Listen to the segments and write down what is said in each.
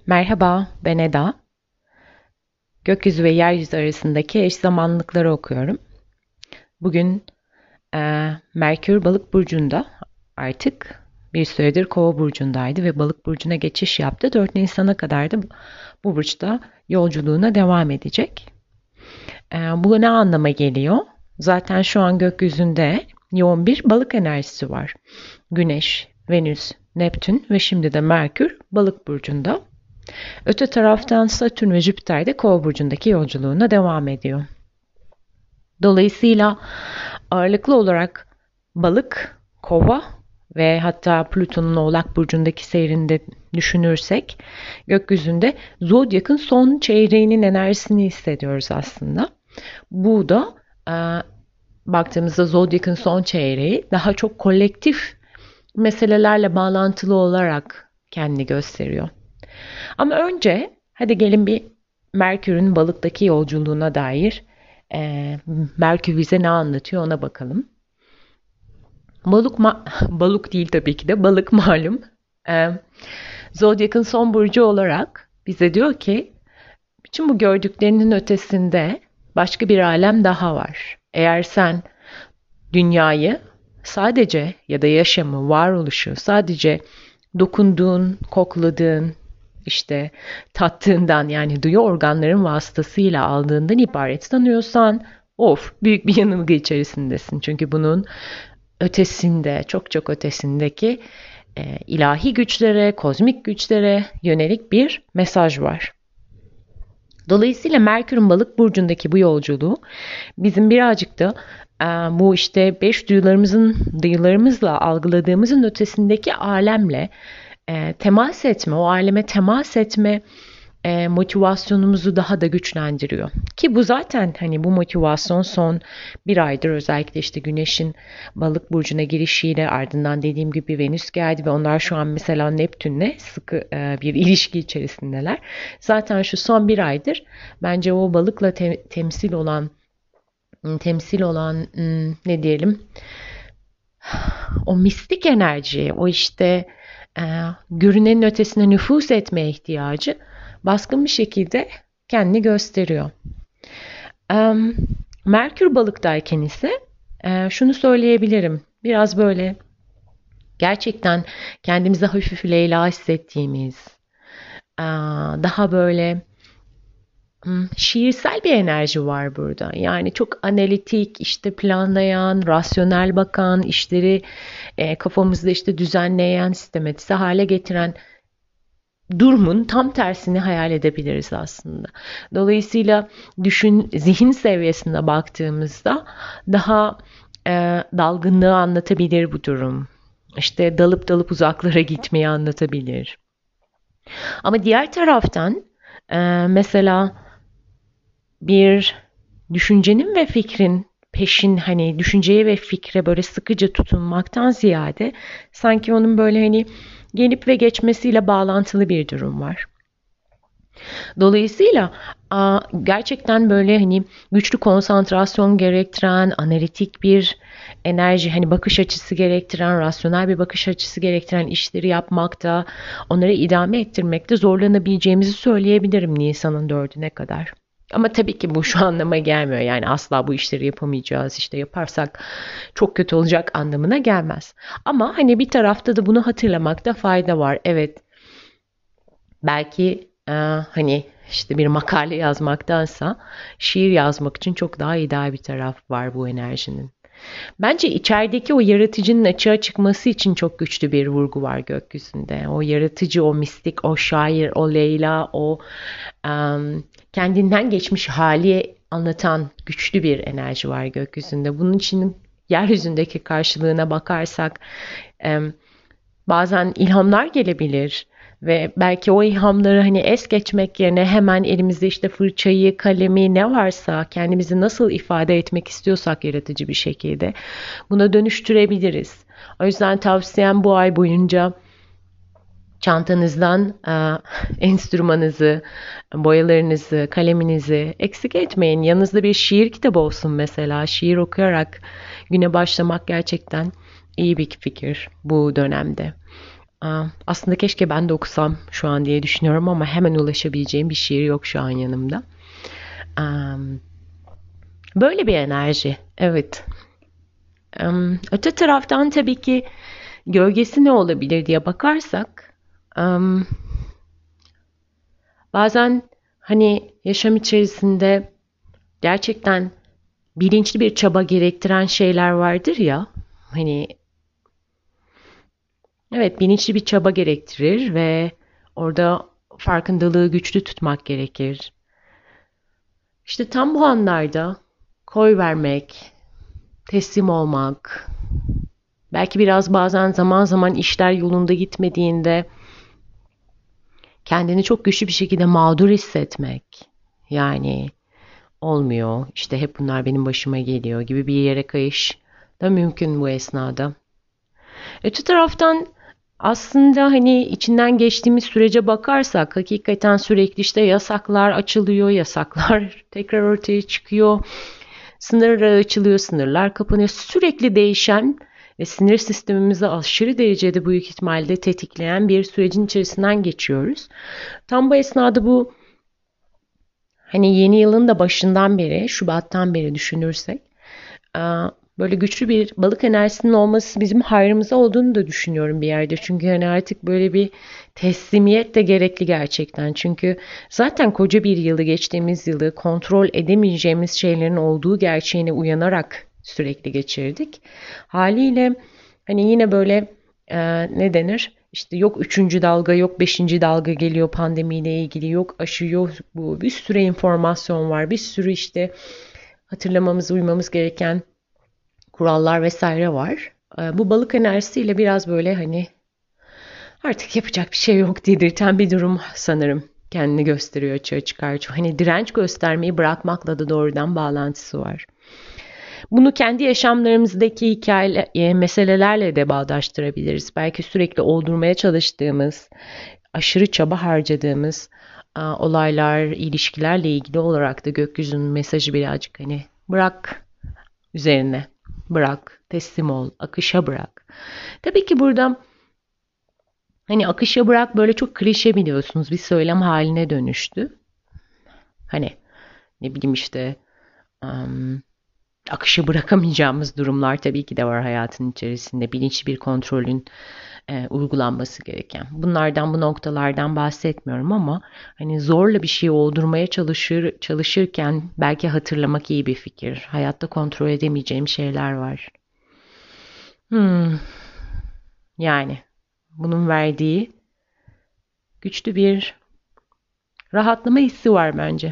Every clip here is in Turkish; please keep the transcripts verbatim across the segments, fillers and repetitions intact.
Merhaba, ben Eda. Gökyüzü ve yeryüzü arasındaki eş zamanlıkları okuyorum. Bugün e, Merkür Balık burcunda, artık bir süredir Kova burcundaydı ve Balık burcuna geçiş yaptı. dört Nisan'a kadar da bu burçta yolculuğuna devam edecek. E, bu ne anlama geliyor? Zaten şu an gökyüzünde yoğun bir balık enerjisi var. Güneş, Venüs, Neptün ve şimdi de Merkür Balık burcunda. Öte taraftan Satürn ve Jüpiter de Kova burcundaki yolculuğuna devam ediyor. Dolayısıyla ağırlıklı olarak Balık, Kova ve hatta Plüton'un Oğlak burcundaki seyrini de düşünürsek gökyüzünde zodyakın son çeyreğinin enerjisini hissediyoruz aslında. Bu da e, baktığımızda zodyakın son çeyreği daha çok kolektif meselelerle bağlantılı olarak kendini gösteriyor. Ama önce hadi gelin bir Merkür'ün balıktaki yolculuğuna dair e, Merkür bize ne anlatıyor ona bakalım. Balık ma- balık değil tabii ki de balık malum. E, Zodyak'ın son burcu olarak bize diyor ki bütün bu gördüklerinin ötesinde başka bir alem daha var. Eğer sen dünyayı sadece ya da yaşamı, varoluşu sadece dokunduğun, kokladığın, işte tattığından yani duyu organların vasıtasıyla aldığından ibaret sanıyorsan of büyük bir yanılgı içerisindesin. Çünkü bunun ötesinde, çok çok ötesindeki e, ilahi güçlere, kozmik güçlere yönelik bir mesaj var. Dolayısıyla Merkür'ün Balık burcundaki bu yolculuğu bizim birazcık da e, bu işte beş duyularımızın duyularımızla algıladığımızın ötesindeki alemle e, temas etme, o aleme temas etme e, motivasyonumuzu daha da güçlendiriyor. Ki bu zaten hani bu motivasyon son bir aydır özellikle işte Güneş'in Balık burcuna girişiyle ardından dediğim gibi Venüs geldi ve onlar şu an mesela Neptün'le sıkı e, bir ilişki içerisindeler. Zaten şu son bir aydır bence o balıkla te- temsil olan temsil olan ne diyelim o mistik enerji, o işte e, görünenin ötesine nüfuz etmeye ihtiyacı baskın bir şekilde kendini gösteriyor. E, Merkür balıktayken ise e, şunu söyleyebilirim. Biraz böyle gerçekten kendimizi hafif Leyla hissettiğimiz, e, daha böyle şiirsel bir enerji var burada. Yani çok analitik, işte planlayan, rasyonel bakan, işleri e, kafamızda işte düzenleyen, sistematize hale getiren durumun tam tersini hayal edebiliriz aslında. Dolayısıyla düşün zihin seviyesine baktığımızda daha e, dalgınlığı anlatabilir bu durum. İşte dalıp dalıp uzaklara gitmeyi anlatabilir. Ama diğer taraftan e, mesela bir düşüncenin ve fikrin peşin hani düşünceye ve fikre böyle sıkıca tutunmaktan ziyade sanki onun böyle hani gelip ve geçmesiyle bağlantılı bir durum var. Dolayısıyla gerçekten böyle hani güçlü konsantrasyon gerektiren, analitik bir enerji, hani bakış açısı gerektiren, rasyonel bir bakış açısı gerektiren işleri yapmakta, onları idame ettirmekte zorlanabileceğimizi söyleyebilirim Nisan'ın dördüne kadar. Ama tabii ki bu şu anlama gelmiyor. Yani asla bu işleri yapamayacağız. İşte yaparsak çok kötü olacak anlamına gelmez. Ama hani bir tarafta da bunu hatırlamakta fayda var. Evet, belki e, hani işte bir makale yazmaktansa şiir yazmak için çok daha ideal bir taraf var bu enerjinin. Bence içerideki o yaratıcının açığa çıkması için çok güçlü bir vurgu var gökyüzünde. O yaratıcı, o mistik, o şair, o Leyla, o um, kendinden geçmiş hali anlatan güçlü bir enerji var gökyüzünde. Bunun için yeryüzündeki karşılığına bakarsak um, bazen ilhamlar gelebilir. Ve belki o ilhamları hani es geçmek yerine hemen elimizde işte fırçayı, kalemi ne varsa kendimizi nasıl ifade etmek istiyorsak yaratıcı bir şekilde buna dönüştürebiliriz. O yüzden tavsiyem bu ay boyunca çantanızdan e, enstrümanınızı, boyalarınızı, kaleminizi eksik etmeyin. Yanınızda bir şiir kitabı olsun mesela. Şiir okuyarak güne başlamak gerçekten iyi bir fikir bu dönemde. Aa, aslında keşke ben de okusam şu an diye düşünüyorum ama hemen ulaşabileceğim bir şiir yok şu an yanımda. Aa, böyle bir enerji. Evet. Aa, öte taraftan tabii ki gölgesi ne olabilir diye bakarsak aa, bazen hani yaşam içerisinde gerçekten bilinçli bir çaba gerektiren şeyler vardır ya. Hani evet, bilinçli bir çaba gerektirir ve orada farkındalığı güçlü tutmak gerekir. İşte tam bu anlarda koy vermek, teslim olmak, belki biraz bazen zaman zaman işler yolunda gitmediğinde kendini çok güçlü bir şekilde mağdur hissetmek. Yani olmuyor, işte hep bunlar benim başıma geliyor gibi bir yere kayış da mümkün bu esnada. Öte taraftan aslında hani içinden geçtiğimiz sürece bakarsak hakikaten sürekli işte yasaklar açılıyor, yasaklar tekrar ortaya çıkıyor. Sınırlar açılıyor, sınırlar kapanıyor. Sürekli değişen ve sinir sistemimizi aşırı derecede büyük ihtimalle tetikleyen bir sürecin içerisinden geçiyoruz. Tam bu esnada bu hani yeni yılın da başından beri, Şubat'tan beri düşünürsek böyle güçlü bir balık enerjisinin olması bizim hayrımıza olduğunu da düşünüyorum bir yerde. Çünkü hani artık böyle bir teslimiyet de gerekli gerçekten. Çünkü zaten koca bir yılı, geçtiğimiz yılı kontrol edemeyeceğimiz şeylerin olduğu gerçeğine uyanarak sürekli geçirdik. Haliyle hani yine böyle e, ne denir? İşte yok üçüncü dalga, yok beşinci dalga geliyor pandemiyle ilgili, yok aşı, yok bu, bir sürü informasyon var, bir sürü işte hatırlamamız, uymamız gereken kurallar vesaire var. Bu balık enerjisiyle biraz böyle hani artık yapacak bir şey yok dedirten bir durum sanırım kendini gösteriyor, açığa çıkartıyor. Hani direnç göstermeyi bırakmakla da doğrudan bağlantısı var. Bunu kendi yaşamlarımızdaki hikaye, meselelerle de bağdaştırabiliriz. Belki sürekli oldurmaya çalıştığımız, aşırı çaba harcadığımız olaylar, ilişkilerle ilgili olarak da gökyüzünün mesajı birazcık hani bırak üzerine. Bırak, teslim ol, akışa bırak. Tabii ki burada hani akışa bırak böyle çok klişe biliyorsunuz bir söylem haline dönüştü. Hani ne bileyim işte um, akışı bırakamayacağımız durumlar tabii ki de var hayatın içerisinde. Bilinçli bir kontrolün e, uygulanması gereken. Bunlardan, bu noktalardan bahsetmiyorum ama hani zorla bir şey oldurmaya çalışır çalışırken belki hatırlamak iyi bir fikir. Hayatta kontrol edemeyeceğim şeyler var. Hmm, yani bunun verdiği güçlü bir rahatlama hissi var bence.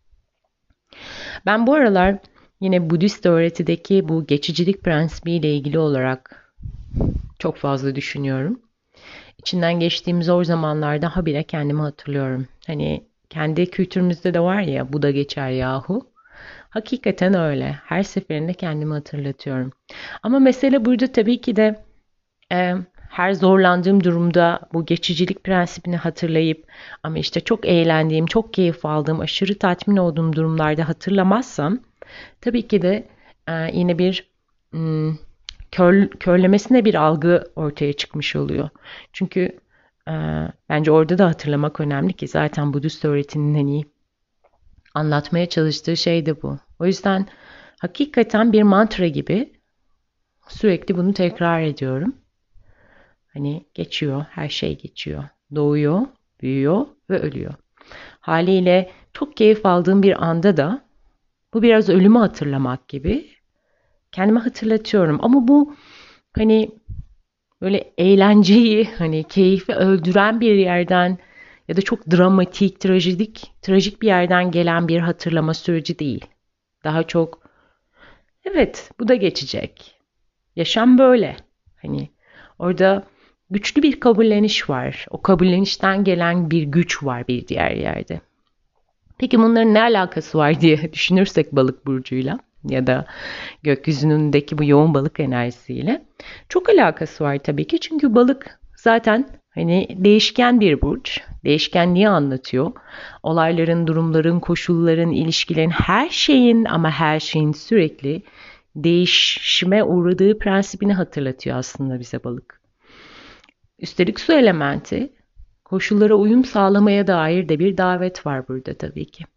Ben bu aralar yine Budist öğretideki bu geçicilik prensibiyle ilgili olarak çok fazla düşünüyorum. İçinden geçtiğim zor zamanlarda habire kendimi hatırlıyorum. Hani kendi kültürümüzde de var ya bu da geçer yahu. Hakikaten öyle. Her seferinde kendimi hatırlatıyorum. Ama mesele burada tabii ki de e, her zorlandığım durumda bu geçicilik prensibini hatırlayıp ama işte çok eğlendiğim, çok keyif aldığım, aşırı tatmin olduğum durumlarda hatırlamazsam tabii ki de e, yine bir m, kör, körlemesine bir algı ortaya çıkmış oluyor. Çünkü e, bence orada da hatırlamak önemli ki zaten Budist öğretinin hani anlatmaya çalıştığı şey de bu. O yüzden hakikaten bir mantra gibi sürekli bunu tekrar ediyorum. Hani geçiyor, her şey geçiyor. Doğuyor, büyüyor ve ölüyor. Haliyle çok keyif aldığım bir anda da bu biraz ölümü hatırlamak gibi kendime hatırlatıyorum. Ama bu hani böyle eğlenceyi, hani keyfi öldüren bir yerden ya da çok dramatik, trajedik, trajik bir yerden gelen bir hatırlama süreci değil. Daha çok evet bu da geçecek. Yaşam böyle. Hani orada güçlü bir kabulleniş var. O kabullenişten gelen bir güç var bir diğer yerde. Peki bunların ne alakası var diye düşünürsek balık burcuyla ya da gökyüzündeki bu yoğun balık enerjisiyle çok alakası var tabii ki. Çünkü balık zaten hani değişken bir burç. Değişkenliği anlatıyor. Olayların, durumların, koşulların, ilişkilerin, her şeyin ama her şeyin sürekli değişime uğradığı prensibini hatırlatıyor aslında bize balık. Üstelik su elementi, koşullara uyum sağlamaya dair de bir davet var burada tabii ki.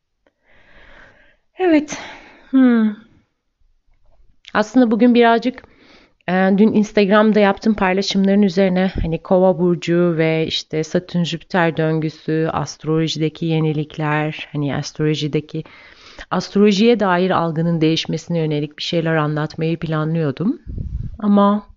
Evet. Hmm. Aslında bugün birazcık e, dün Instagram'da yaptığım paylaşımların üzerine hani Kova burcu ve işte Satürn Jüpiter döngüsü, astrolojideki yenilikler, hani astrolojideki astrolojiye dair algının değişmesine yönelik bir şeyler anlatmayı planlıyordum. Ama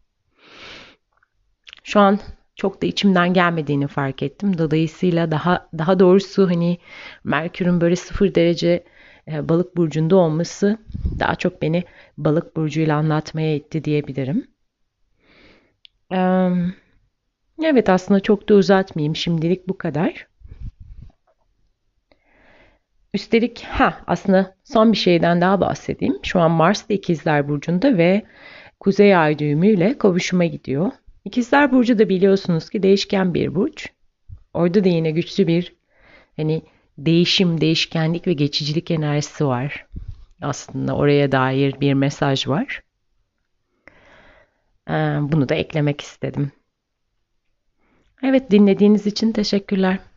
şu an çok da içimden gelmediğini fark ettim. Dolayısıyla daha daha doğrusu hani Merkür'ün böyle sıfır derece e, balık burcunda olması daha çok beni balık burcuyla anlatmaya itti diyebilirim. Ee, evet aslında çok da uzatmayayım. Şimdilik bu kadar. Üstelik ha aslında son bir şeyden daha bahsedeyim. Şu an Mars da İkizler Burcu'nda ve Kuzey Ay düğümüyle kavuşuma gidiyor. İkizler Burcu da biliyorsunuz ki değişken bir burç. Orada da yine güçlü bir hani değişim, değişkenlik ve geçicilik enerjisi var. Aslında oraya dair bir mesaj var. Ee, bunu da eklemek istedim. Evet dinlediğiniz için teşekkürler.